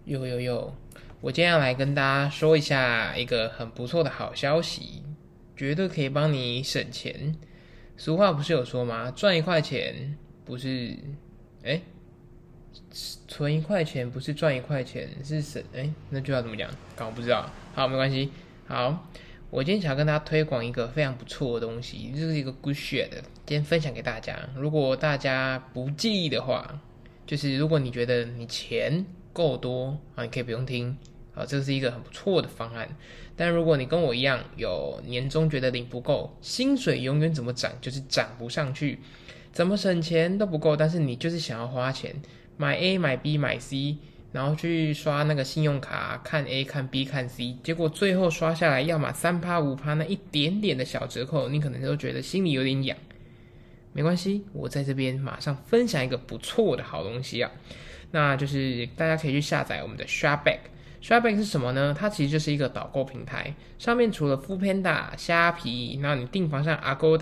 有，我今天要来跟大家说一下一个很不错的好消息，绝对可以帮你省钱。俗话不是有说吗？赚一块钱不是，哎，存一块钱不是赚一块钱，是省，那句话怎么讲？刚我不知道。好，没关系。好，我今天想要跟大家推广一个非常不错的东西，就是一个 good shit，今天分享给大家。如果大家不介意的话，就是如果你觉得你钱够多啊，你可以不用听啊，这是一个很不错的方案。但如果你跟我一样有年终觉得领不够，薪水永远怎么涨就是涨不上去，怎么省钱都不够，但是你就是想要花钱买 A 买 B 买 C，然后去刷那个信用卡看 A 看 B 看 C，结果最后刷下来要么3%5%那一点点的小折扣，你可能都觉得心里有点痒。没关系，我在这边马上分享一个不错的好东西啊，那就是大家可以去下载我们的 Shopback。Shopback 是什么呢？它其实就是一个导购平台，上面除了 Foodpanda、虾皮，然后你订房上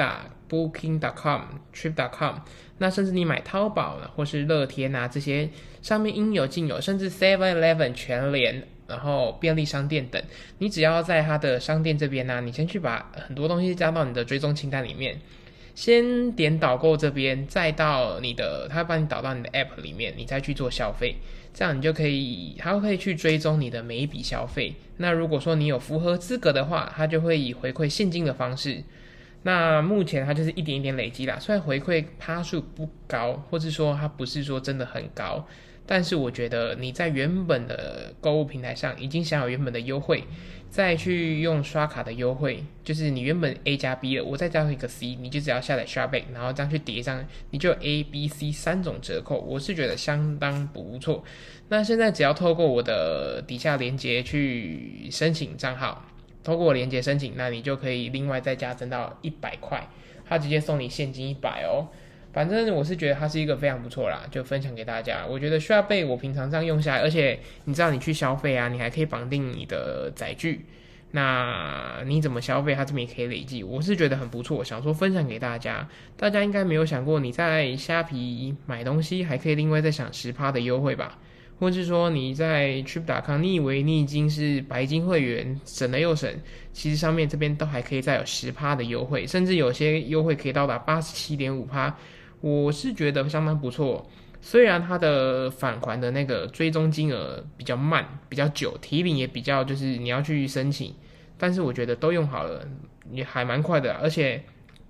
Agoda、Booking.com、Trip.com，那甚至你买淘宝或是乐天啊这些，上面应有尽有，甚至 7-Eleven 全联。然后便利商店等，你只要在它的商店这边呢、你先去把很多东西加到你的追踪清单里面，先点导购这边，再到你的，它会帮你导到你的 App 里面，你再去做消费，这样你就可以，它会去追踪你的每一笔消费。那如果说你有符合资格的话，它就会以回馈现金的方式。那目前它就是一点一点累积啦，虽然回馈趴数不高，或是说它不是说真的很高，但是我觉得你在原本的购物平台上已经享有原本的优惠，再去用刷卡的优惠，就是你原本 A 加 B 了，我再加上一个 C， 你就只要下载 Shopback， 然后这样去叠上，你就有 A、B、C 3种折扣，我是觉得相当不错。那现在只要透过我的底下链接去申请账号，透过我连接申请，那你就可以另外再加增到100块，他直接送你现金100哦。反正我是觉得它是一个非常不错啦，就分享给大家。我觉得需要被我平常这样用下来，而且你知道你去消费啊，你还可以绑定你的载具，那你怎么消费，它这边也可以累计。我是觉得很不错，想说分享给大家。大家应该没有想过你在虾皮买东西还可以另外再享10%的优惠吧？或是说你在 Trip.com， 你以为你已经是白金会员，省了又省，其实上面这边都还可以再有10%的优惠，甚至有些优惠可以到达87.5%。我是觉得相当不错，虽然它的返还的那个追踪金额比较慢，比较久，提领也比较就是你要去申请，但是我觉得都用好了，也还蛮快的，而且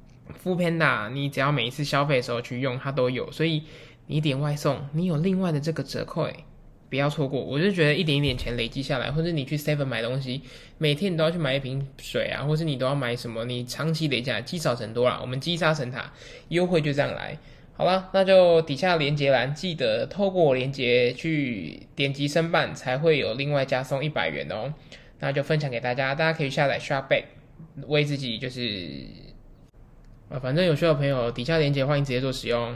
Foodpanda 你只要每一次消费的时候去用，它都有，所以你点外送，你有另外的这个折扣不要错过。我就觉得一点一点钱累积下来，或者你去 Seven 买东西，每天你都要去买一瓶水啊，或是你都要买什么，你长期累积积少成多啦。我们积沙成塔，优惠就这样来。好了，那就底下连结栏记得透过我连结去点击申办，才会有另外加送100元哦。那就分享给大家，大家可以下载 Shopback， 为自己就是反正有需要的朋友底下连结欢迎直接做使用。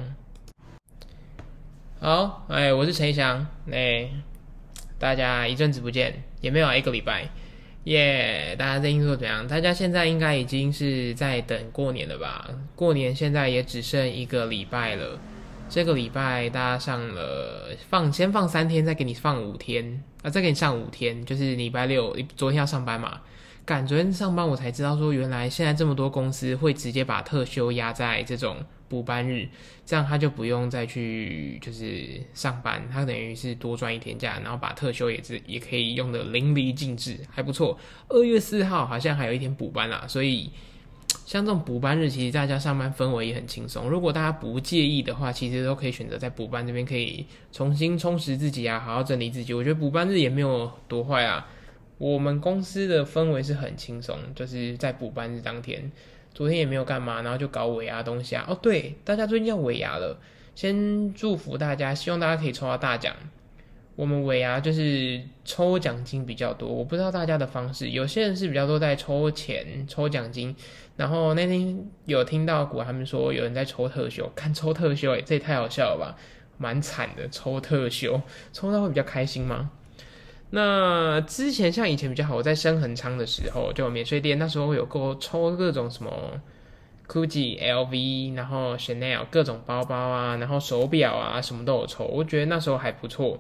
好，我是陈翔，大家一阵子不见，也没有1个礼拜，大家最近做怎样？大家现在应该已经是在等过年了吧？过年现在也只剩1个礼拜了，这个礼拜大家上了先放3天，再给你放5天再给你上5天，就是礼拜六，昨天要上班嘛。昨天上班我才知道说，原来现在这么多公司会直接把特休压在这种补班日，这样他就不用再去就是上班，他等于是多赚1天假，然后把特休也可以用的淋漓尽致，还不错。2月4号好像还有1天补班啦，所以像这种补班日，其实大家上班氛围也很轻松。如果大家不介意的话，其实都可以选择在补班这边可以重新充实自己啊，好好整理自己。我觉得补班日也没有多坏啊。我们公司的氛围是很轻松，就是在补班日当天，昨天也没有干嘛，然后就搞尾牙东西啊。哦，对，大家最近要尾牙了，先祝福大家，希望大家可以抽到大奖。我们尾牙就是抽奖金比较多，我不知道大家的方式，有些人是比较多在抽钱、抽奖金，然后那天有听到他们说有人在抽特休，看抽特休，这也太好笑了吧，蛮惨的，抽特休，抽到会比较开心吗？那之前像以前比较好，我在深恒昌的时候就有免税店，那时候有抽各种什么 Gucci、LV， 然后 Chanel 各种包包啊，然后手表啊什么都有抽，我觉得那时候还不错。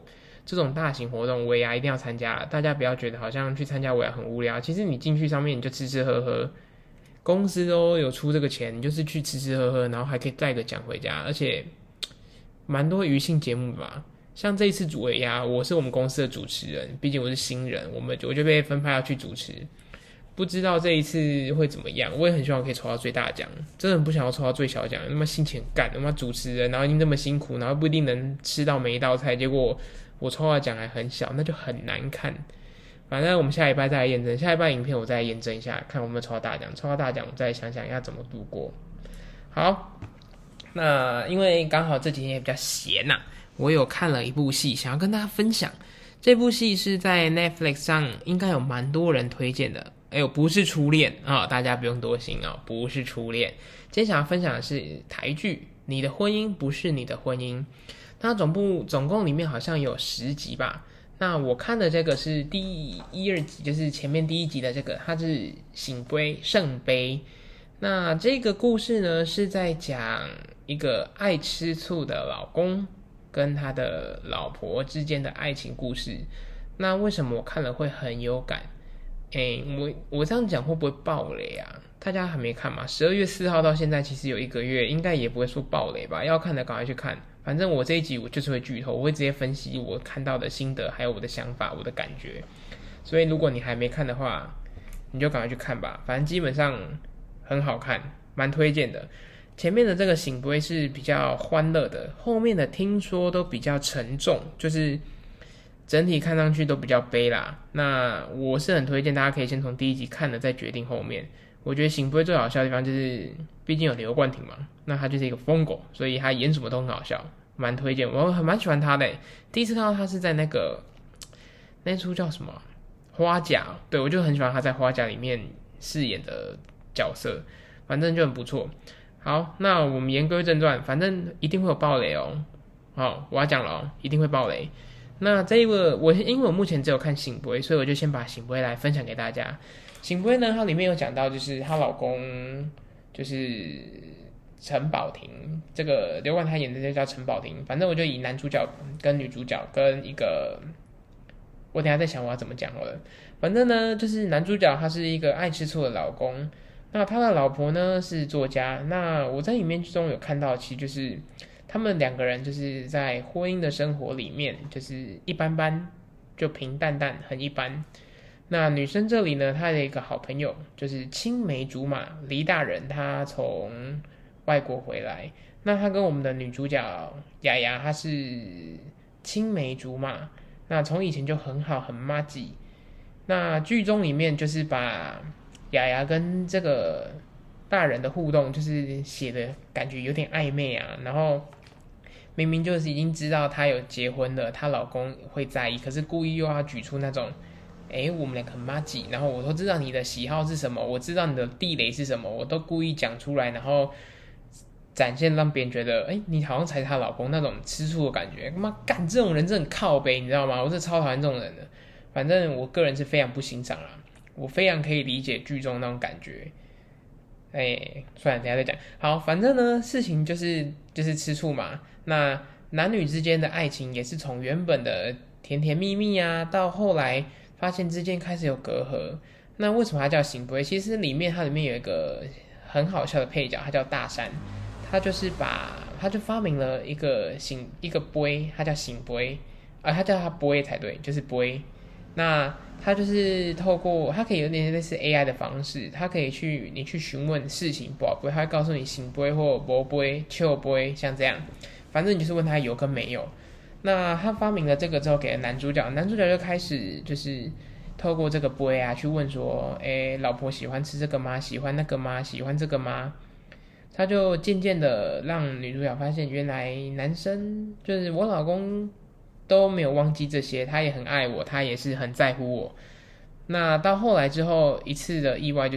这种大型活动尾牙一定要参加了，大家不要觉得好像去参加尾牙很无聊，其实你进去上面你就吃吃喝喝，公司都有出这个钱，你就是去吃吃喝喝，然后还可以带个奖回家，而且蛮多娱性节目吧。像这一次尾牙，我是我们公司的主持人，毕竟我是新人，我就被分派要去主持。不知道这一次会怎么样，我也很希望可以抽到最大奖，真的很不想要抽到最小奖，那么心情干，他妈主持人，然后已经这么辛苦，然后不一定能吃到每一道菜，结果我抽到奖还很小，那就很难看。反正我们下礼拜再来验证，下礼拜影片我再来验证一下，看我们抽到大奖，抽到大奖我再想想要怎么度过。好，那因为刚好这几天也比较闲呐，我有看了一部戏，想要跟大家分享。这部戏是在 Netflix 上，应该有蛮多人推荐的。不是初恋啊，大家不用多心啊，不是初恋。今天想要分享的是台剧《你的婚姻不是你的婚姻》，它总共里面好像有10集吧。那我看的这个是第1、2集，就是前面第1集的这个，它是醒杯圣杯。那这个故事呢，是在讲一个爱吃醋的老公跟他的老婆之间的爱情故事。那为什么我看了会很有感？我这样讲会不会爆雷啊？大家还没看嘛？12月4号到现在其实有1个月，应该也不会说爆雷吧？要看的赶快去看。反正我这一集我就是会剧透，我会直接分析我看到的心得，还有我的想法、我的感觉。所以如果你还没看的话，你就赶快去看吧。反正基本上很好看，蛮推荐的。前面的这个醒杯是比较欢乐的，后面的听说都比较沉重，就是整体看上去都比较悲啦。那我是很推荐大家可以先从第1集看了再决定后面。我觉得醒杯最好笑的地方就是，毕竟有刘冠廷嘛，那他就是一个疯狗，所以他演什么都很好笑，蛮推荐。我蛮喜欢他的。第一次看到他是在那出叫什么花甲，对，我就很喜欢他在花甲里面饰演的角色，反正就很不错。好，那我们言归正传，反正一定会有爆雷哦。好，我要讲了哦，一定会爆雷。那这一个因为我目前只有看醒杯，所以我就先把醒杯来分享给大家。醒杯呢，它里面有讲到，就是她老公就是陈宝婷，这个刘冠廷演的就叫陈宝婷。反正我就以男主角跟女主角跟一个，我等一下再想我要怎么讲好了。反正呢，就是男主角他是一个爱吃醋的老公，那他的老婆呢是作家。那我在里面中有看到，其实就是他们2个人就是在婚姻的生活里面，就是一般般，就平淡淡，很一般。那女生这里呢，她的一个好朋友就是青梅竹马黎大人，她从外国回来。那她跟我们的女主角雅雅，她是青梅竹马，那从以前就很好，很麻吉。那剧中里面就是把雅雅跟这个大人的互动，就是写的感觉有点暧昧啊，然后明明就是已经知道她有结婚了，她老公会在意，可是故意又要举出那种我们2个很麻吉，然后我都知道你的喜好是什么，我知道你的地雷是什么，我都故意讲出来，然后展现让别人觉得你好像才是她老公那种吃醋的感觉。妈干，这种人真的很靠北，你知道吗？我是超讨厌这种人的。反正我个人是非常不欣赏啦，我非常可以理解剧中那种感觉。算了，等一下再讲。好，反正呢，事情就是吃醋嘛。那男女之间的爱情也是从原本的甜甜蜜蜜啊，到后来发现之间开始有隔阂。那为什么它叫醒杯？其实它里面有一个很好笑的配角，他叫大山，他就发明了一个杯，他叫醒杯他叫他杯才对，就是杯。那他就是透过他可以有点类似 AI 的方式，他可以你去询问事情不好，他会告诉你醒杯或没杯、笑杯，像这样，反正你就是问他有跟没有。那他发明了这个之后，给了男主角就开始就是透过这个杯啊去问说，老婆喜欢吃这个吗？喜欢那个吗？喜欢这个吗？他就渐渐的让女主角发现，原来男生就是我老公都没有忘记这些，他也很爱我，他也是很在乎我。那到后来之后，一次的意外就是，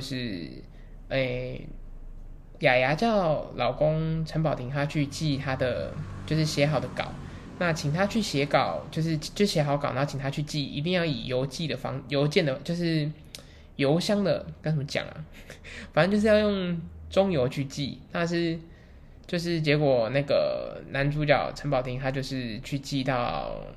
雅雅叫老公陈宝婷他去寄他的就是写好的稿，那请他去写稿，就写好稿，然后请他去寄，一定要以邮件的，就是邮箱的该怎么讲啊？反正就是要用中邮去寄。就是结果那个男主角陈宝婷他就是去寄到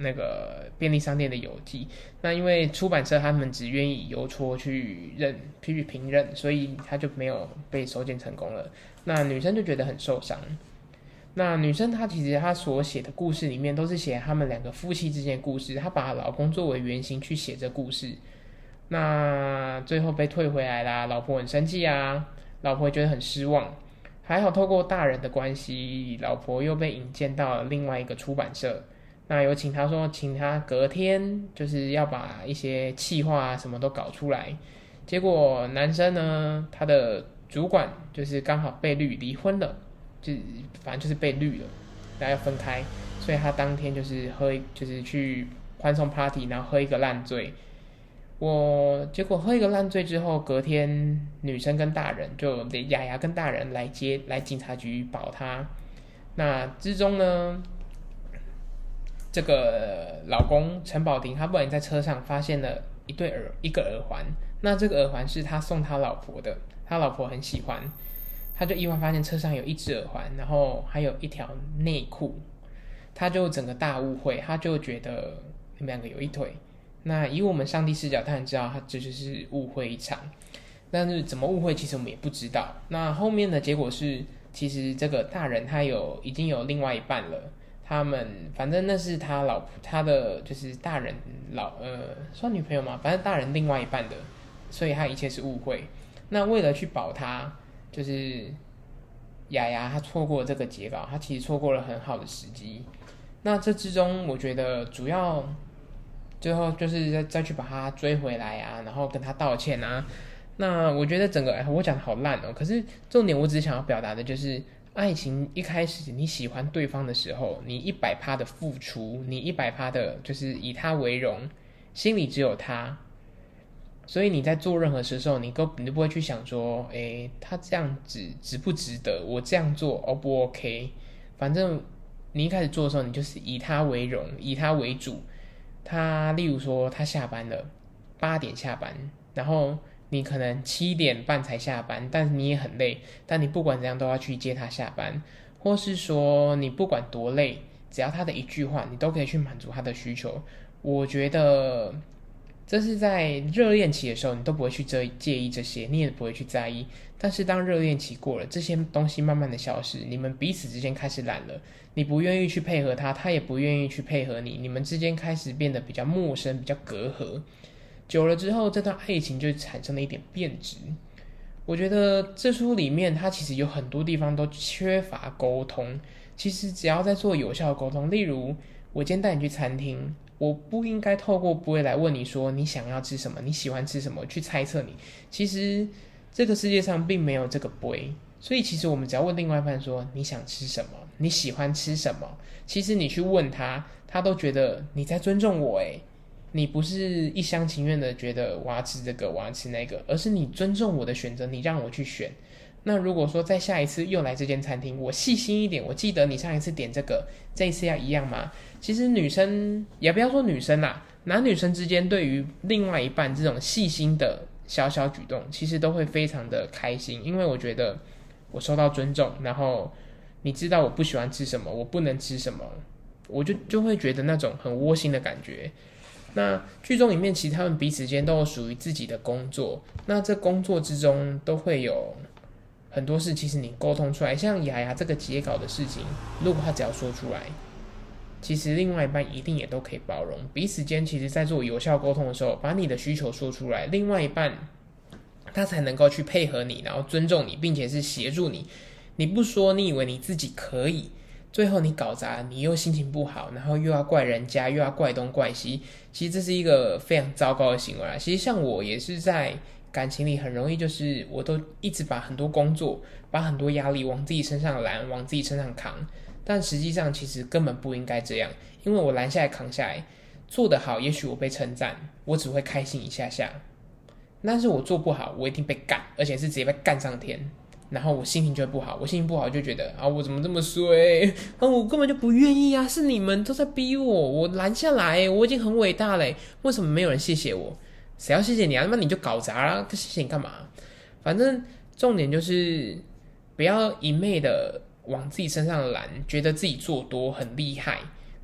那个便利商店的邮寄。那因为出版社他们只愿意邮戳去评认，所以他就没有被收件成功了。那女生就觉得很受伤。那女生她其实她所写的故事里面都是写他们两个夫妻之间的故事，她把老公作为原型去写这故事。那最后被退回来啦，老婆很生气啊，老婆觉得很失望。还好透过大人的关系，老婆又被引荐到了另外一个出版社。那有请他隔天就是要把一些企划啊什么都搞出来。结果男生呢，他的主管就是刚好被离婚了，反正就是被绿了，然后要分开，所以他当天就是去欢送 party， 然后喝一个烂醉。结果喝一个烂醉之后，隔天女生跟大人就雅雅跟大人来警察局保他。那之中呢，这个老公陈宝婷他不然在车上发现了一个耳环，那这个耳环是他送他老婆的，他老婆很喜欢。他就意外发现车上有一只耳环，然后还有一条内裤，他就整个大误会，他就觉得你们两个有一腿。那以我们上帝视角，当然知道他这就是误会一场，但是怎么误会，其实我们也不知道。那后面的结果是，其实这个大人他已经有另外一半了，他们反正那是他的就是大人算女朋友嘛，反正大人另外一半的，所以他一切是误会。那为了去保他，就是雅雅她错过这个截稿，她其实错过了很好的时机。那这之中，我觉得主要最后就是再去把他追回来啊，然后跟他道歉啊。那我觉得整个我讲的好烂哦，可是重点我只是想要表达的就是，爱情一开始你喜欢对方的时候，你100%的付出，你100%的就是以他为荣，心里只有他。所以你在做任何事的时候，你都不会去想说，他这样子值不值得？我这样做 O 不 OK？ 反正你一开始做的时候，你就是以他为荣，以他为主。例如说他下班了，8点下班，然后你可能7点半才下班，但是你也很累，但你不管怎样都要去接他下班，或是说你不管多累，只要他的一句话，你都可以去满足他的需求。我觉得这是在热恋期的时候，你都不会去介意这些，你也不会去在意。但是当热恋期过了，这些东西慢慢的消失，你们彼此之间开始懒了，你不愿意去配合他，他也不愿意去配合你，你们之间开始变得比较陌生，比较隔阂。久了之后，这段爱情就产生了一点变质。我觉得这书里面，它其实有很多地方都缺乏沟通。其实只要在做有效的沟通，例如我今天带你去餐厅，我不应该透过不会来问你说你想要吃什么，你喜欢吃什么，去猜测你。其实这个世界上并没有这个不会，所以其实我们只要问另外一半说你想吃什么，你喜欢吃什么，其实你去问他，他都觉得你在尊重我你不是一厢情愿的觉得我要吃这个，我要吃那个，而是你尊重我的选择，你让我去选。那如果说在下一次又来这间餐厅，我细心一点，我记得你上一次点这个，这一次要一样吗？其实女生也不要说女生啦，男女生之间对于另外一半这种细心的小小举动，其实都会非常的开心，因为我觉得我受到尊重，然后你知道我不喜欢吃什么，我不能吃什么，我就会觉得那种很窝心的感觉。那剧中里面其实他们彼此间都有属于自己的工作，那这工作之中都会有很多事，其实你沟通出来，像雅雅这个截稿的事情，如果他只要说出来，其实另外一半一定也都可以包容。彼此间其实在做有效沟通的时候，把你的需求说出来，另外一半他才能够去配合你，然后尊重你，并且是协助你。你不说，你以为你自己可以，最后你搞砸，你又心情不好，然后又要怪人家，又要怪东怪西，其实这是一个非常糟糕的行为啦。其实像我也是在感情里很容易，就是我都一直把很多工作，把很多压力往自己身上揽，往自己身上扛，但实际上其实根本不应该这样，因为我揽下来扛下来，做得好，也许我被称赞，我只会开心一下下，但是我做不好，我一定被干，而且是直接被干上天。然后我心情就会不好，我心情不好就觉得我怎么这么衰我根本就不愿意是你们都在逼我拦下来我已经很伟大了为什么没有人谢谢我？谁要谢谢你那你就搞砸啦，谢谢你干嘛？反正重点就是不要一昧的往自己身上揽，觉得自己做多很厉害，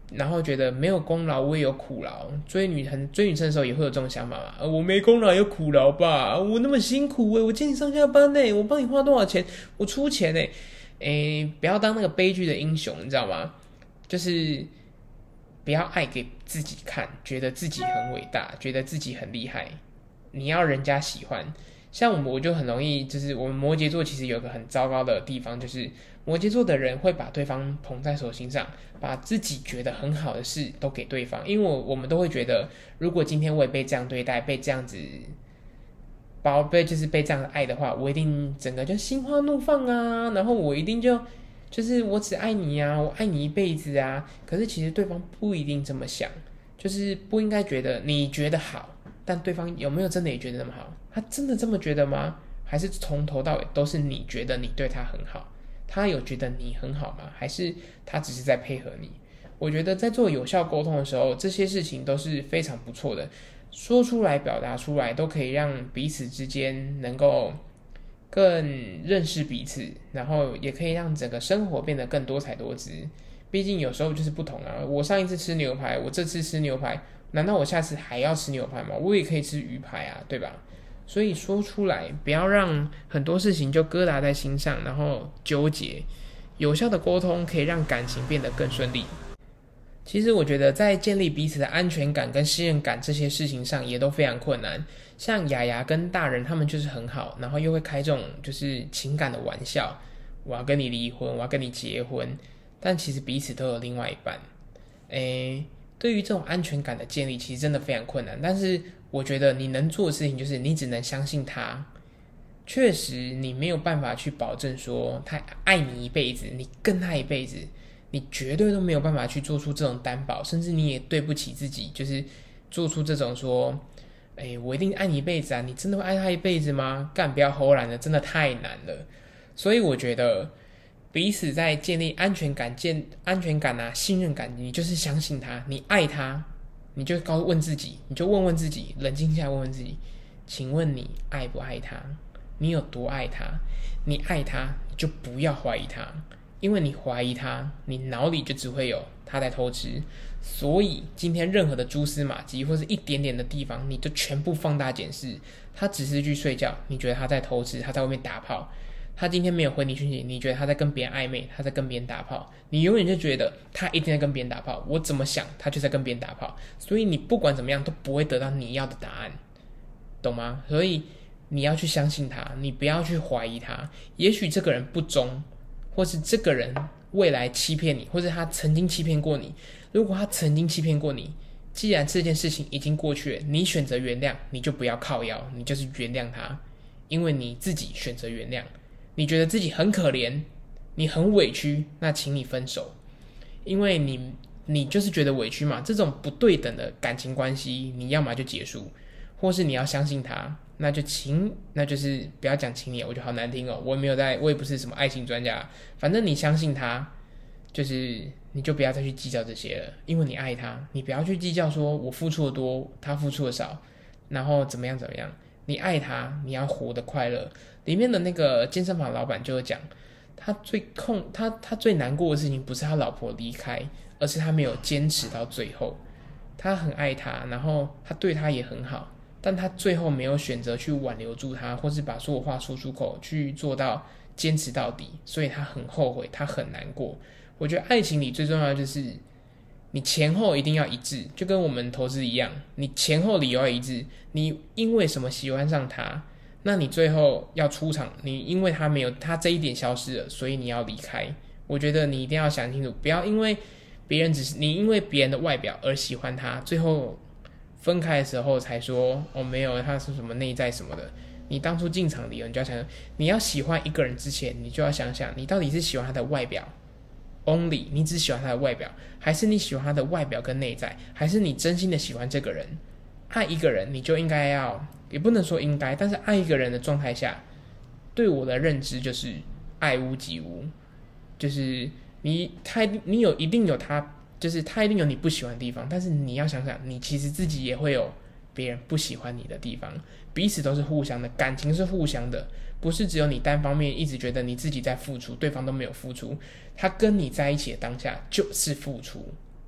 然后觉得没有功劳我也有苦劳，追女生的时候也会有这种想法嘛，我没功劳有苦劳吧，我那么辛苦我接你上下班我帮你花多少钱，我出钱不要当那个悲剧的英雄，你知道吗？就是不要爱给自己看，觉得自己很伟大，觉得自己很厉害，你要人家喜欢。像我就很容易，就是我们摩羯座其实有个很糟糕的地方，就是摩羯座的人会把对方捧在手心上，把自己觉得很好的事都给对方，因为我们都会觉得，如果今天我也被这样对待，被这样子就是被这样的爱的话，我一定整个就心花怒放啊，然后我一定就是我只爱你啊，我爱你一辈子啊。可是其实对方不一定这么想，就是不应该觉得你觉得好，但对方有没有真的也觉得那么好？他真的这么觉得吗？还是从头到尾都是你觉得你对他很好？他有觉得你很好吗？还是他只是在配合你？我觉得在做有效沟通的时候，这些事情都是非常不错的，说出来表达出来都可以让彼此之间能够更认识彼此，然后也可以让整个生活变得更多彩多姿。毕竟有时候就是不同啊，我上一次吃牛排，我这次吃牛排，难道我下次还要吃牛排吗？我也可以吃鱼排啊，对吧？所以说出来，不要让很多事情就疙瘩在心上，然后纠结。有效的沟通可以让感情变得更顺利。其实我觉得在建立彼此的安全感跟信任感这些事情上也都非常困难。像雅雅跟大人他们就是很好，然后又会开这种就是情感的玩笑，我要跟你离婚，我要跟你结婚，但其实彼此都有另外一半。对于这种安全感的建立其实真的非常困难，但是我觉得你能做的事情就是你只能相信他。确实你没有办法去保证说他爱你一辈子，你跟他一辈子，你绝对都没有办法去做出这种担保，甚至你也对不起自己，就是做出这种说我一定爱你一辈子啊，你真的会爱他一辈子吗？干，不要齁懒了，真的太难了。所以我觉得彼此在建立安全感啊、信任感，你就是相信他，你爱他，你就问自己，你就问自己，冷静下来问问自己，请问你爱不爱他？你有多爱他？你爱他，你就不要怀疑他，因为你怀疑他，你脑里就只会有他在偷吃。所以今天任何的蛛丝马迹或是一点点的地方，你就全部放大检视。他只是去睡觉，你觉得他在偷吃，他在外面打炮。他今天没有回你讯息，你觉得他在跟别人暧昧，他在跟别人打炮，你永远就觉得他一定在跟别人打炮，我怎么想他就在跟别人打炮，所以你不管怎么样都不会得到你要的答案，懂吗？所以你要去相信他，你不要去怀疑他。也许这个人不忠，或是这个人未来欺骗你，或是他曾经欺骗过你。如果他曾经欺骗过你，既然这件事情已经过去了，你选择原谅，你就不要靠腰，你就是原谅他，因为你自己选择原谅。你觉得自己很可怜，你很委屈，那请你分手，因为你就是觉得委屈嘛。这种不对等的感情关系，你要么就结束，或是你要相信他，那就是不要讲请你，我觉得好难听哦。我也不是什么爱情专家，反正你相信他，就是你就不要再去计较这些了，因为你爱他，你不要去计较说我付出的多，他付出的少，然后怎么样。你爱他，你要活得快乐。里面的那个健身房老板就会讲，他最难过的事情不是他老婆离开，而是他没有坚持到最后。他很爱他，然后他对他也很好，但他最后没有选择去挽留住他，或是把所有话说出口，去做到坚持到底，所以他很后悔，他很难过。我觉得爱情里最重要的就是你前后一定要一致，就跟我们投资一样，你前后理由要一致。你因为什么喜欢上他，那你最后要出场，你因为他这一点消失了，所以你要离开。我觉得你一定要想清楚，不要因为你因为别人的外表而喜欢他，最后分开的时候才说没有，他是什么内在什么的。你当初进场的理由，你就要想，你要喜欢一个人之前，你就要想想，你到底是喜欢他的外表only， 你只喜欢他的外表，还是你喜欢他的外表跟内在，还是你真心的喜欢这个人？爱一个人，你就应该要，也不能说应该，但是爱一个人的状态下，对我的认知就是爱屋及乌，就是一定有他，就是他一定有你不喜欢的地方，但是你要想想，你其实自己也会有别人不喜欢你的地方，彼此都是互相的，感情是互相的，不是只有你单方面一直觉得你自己在付出，对方都没有付出。他跟你在一起的当下就是付出，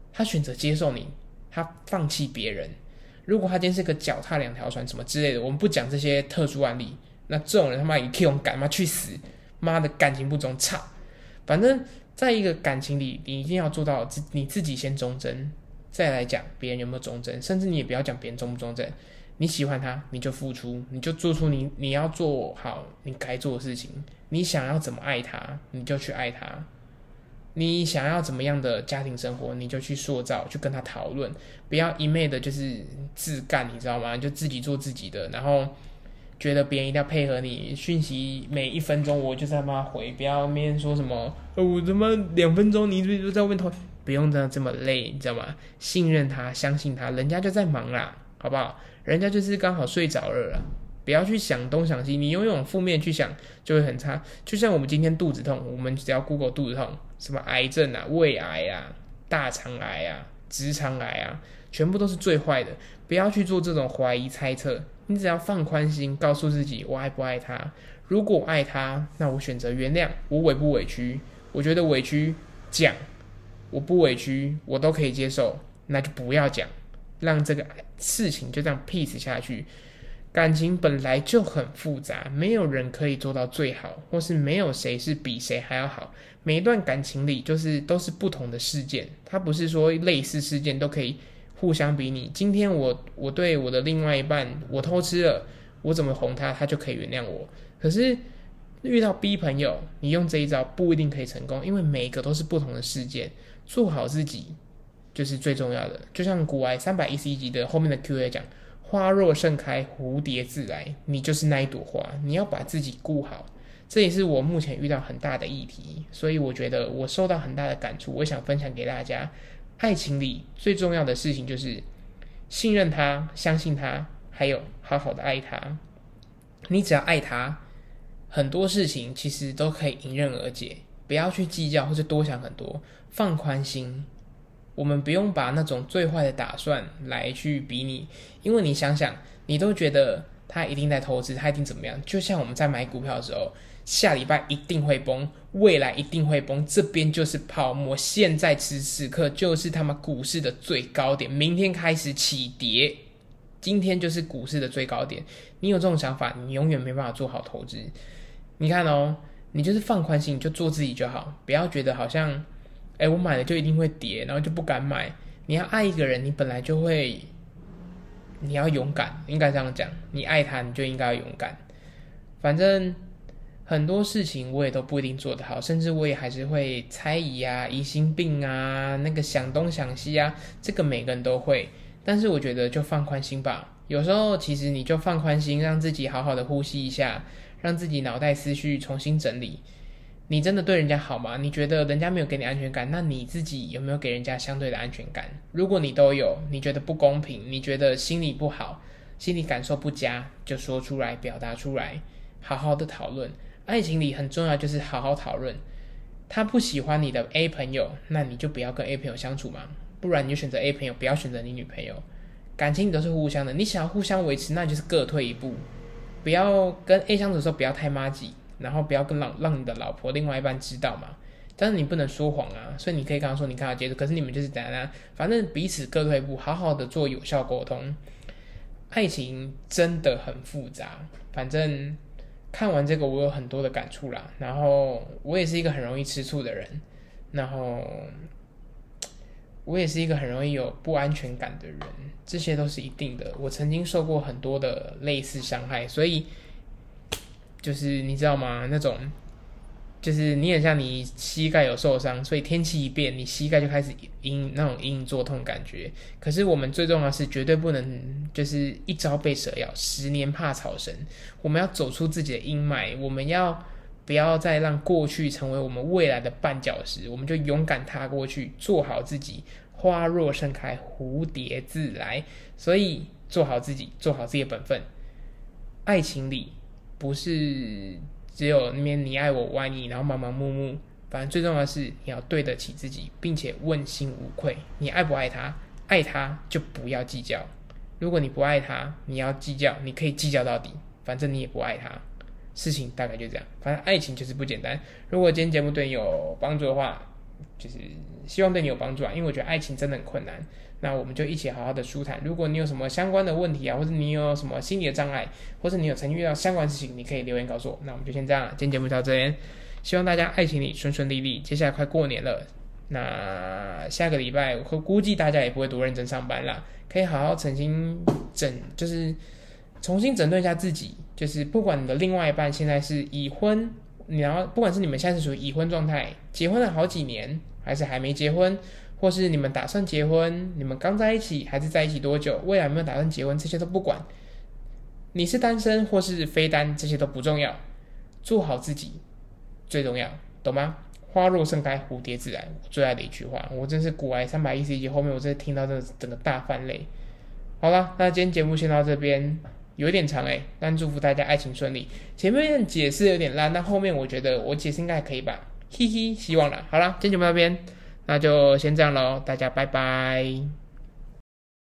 他选择接受你，他放弃别人。如果他今天是个脚踏两条船什么之类的，我们不讲这些特殊案例，那这种人他妈一 Q 干嘛去死，妈的感情不忠，操！反正在一个感情里，你一定要做到你自己先忠贞，再来讲别人有没有忠贞，甚至你也不要讲别人忠不忠贞。你喜欢他，你就付出，你就做出你要做好你该做的事情。你想要怎么爱他，你就去爱他。你想要怎么样的家庭生活，你就去塑造，去跟他讨论，不要一昧的就是自干，你知道吗？就自己做自己的，然后觉得别人一定要配合你，讯息每1分钟我就在妈回，不要面说什么我他妈2分钟你就在外面投，不用这么累，你知道吗？信任他，相信他，人家就在忙啦，好不好？人家就是刚好睡着了啦，不要去想东想西，你永远往负面去想就会很差。就像我们今天肚子痛，我们只要 Google 肚子痛，什么癌症啊、胃癌啊、大肠癌啊、直肠癌啊，全部都是最坏的。不要去做这种怀疑猜测，你只要放宽心，告诉自己我爱不爱他。如果我爱他，那我选择原谅。我委不委屈？我觉得委屈讲，我不委屈我都可以接受，那就不要讲。让这个事情就这样 peace 下去。感情本来就很复杂，没有人可以做到最好，或是没有谁是比谁还要好。每一段感情里都是不同的事件，它不是说类似事件都可以互相比拟。今天我对我的另外一半我偷吃了，我怎么哄他，他就可以原谅我。可是遇到 B 朋友，你用这一招不一定可以成功，因为每一个都是不同的事件。做好自己就是最重要的。就像古癌311集的后面的 Q&A 讲，花若盛开，蝴蝶自来，你就是那一朵花，你要把自己顾好。这也是我目前遇到很大的议题，所以我觉得我受到很大的感触，我想分享给大家。爱情里最重要的事情就是信任他，相信他，还有好好的爱他。你只要爱他，很多事情其实都可以迎刃而解，不要去计较或者多想很多，放宽心。我们不用把那种最坏的打算来去比拟，因为你想想，你都觉得他一定在投资，他一定怎么样。就像我们在买股票的时候，下礼拜一定会崩，未来一定会崩，这边就是泡沫，现在此刻就是他们股市的最高点，明天开始起跌，今天就是股市的最高点。你有这种想法，你永远没办法做好投资。你看哦，你就是放宽心，你就做自己就好，不要觉得好像我买了就一定会跌，然后就不敢买。你要爱一个人，你本来就会，你要勇敢，应该这样讲。你爱他，你就应该要勇敢。反正很多事情我也都不一定做得好，甚至我也还是会猜疑啊、疑心病啊、那个想东想西啊，这个每个人都会。但是我觉得就放宽心吧。有时候其实你就放宽心，让自己好好的呼吸一下，让自己脑袋思绪重新整理。你真的对人家好吗？你觉得人家没有给你安全感，那你自己有没有给人家相对的安全感？如果你都有，你觉得不公平，你觉得心里不好，心里感受不佳，就说出来，表达出来，好好的讨论。爱情里很重要就是好好讨论。他不喜欢你的 A 朋友，那你就不要跟 A 朋友相处嘛，不然你就选择 A 朋友，不要选择你女朋友。感情都是互相的，你想要互相维持，那就是各退一步。不要跟 A 相处的时候不要太麻吉，然后不要让你的老婆另外一半知道嘛。但是你不能说谎啊，所以你可以跟他说你看到接触，可是你们就是怎样，反正彼此各退一步，好好的做有效沟通。爱情真的很复杂，反正看完这个我有很多的感触啦。然后我也是一个很容易吃醋的人，然后我也是一个很容易有不安全感的人，这些都是一定的。我曾经受过很多的类似伤害，所以就是你知道吗？那种就是你很像你膝盖有受伤，所以天气一变，你膝盖就开始那种隐隐作痛感觉。可是我们最重要的是绝对不能就是一朝被蛇咬，10年怕草绳。我们要走出自己的阴霾，我们要不要再让过去成为我们未来的绊脚石？我们就勇敢踏过去，做好自己。花若盛开，蝴蝶自来。所以做好自己，做好自己的本分。爱情里不是只有那边你爱我，我爱你，然后忙忙碌碌。反正最重要的是你要对得起自己，并且问心无愧。你爱不爱他？爱他就不要计较。如果你不爱他，你要计较，你可以计较到底，反正你也不爱他。事情大概就这样，反正爱情就是不简单。如果今天节目对你有帮助的话， 就是希望对你有帮助啊，因为我觉得爱情真的很困难。那我们就一起好好的舒坦。如果你有什么相关的问题啊，或者你有什么心理的障碍，或者你有曾经遇到相关的事情，你可以留言告诉我。那我们就先这样，今天节目到这边，希望大家爱情里顺顺利利。接下来快过年了，那下个礼拜我估计大家也不会多认真上班啦，可以好好就是重新整顿一下自己。就是不管你的另外一半现在是已婚，然后不管是你们现在是属于已婚状态，结婚了好几年，还是还没结婚，或是你们打算结婚，你们刚在一起还是在一起多久，未来有没有打算结婚，这些都不管。你是单身或是非单，这些都不重要，做好自己最重要，懂吗？花若盛开，蝴蝶自来，我最爱的一句话。我真是古癌311集后面，我真的听到这整个大翻泪。好了，那今天节目先到这边，有点长但祝福大家爱情顺利。前面解释有点烂，但后面我觉得我解释应该还可以吧，嘿嘿，希望啦。好了，今天节目到这边，那就先这样咯，大家拜拜。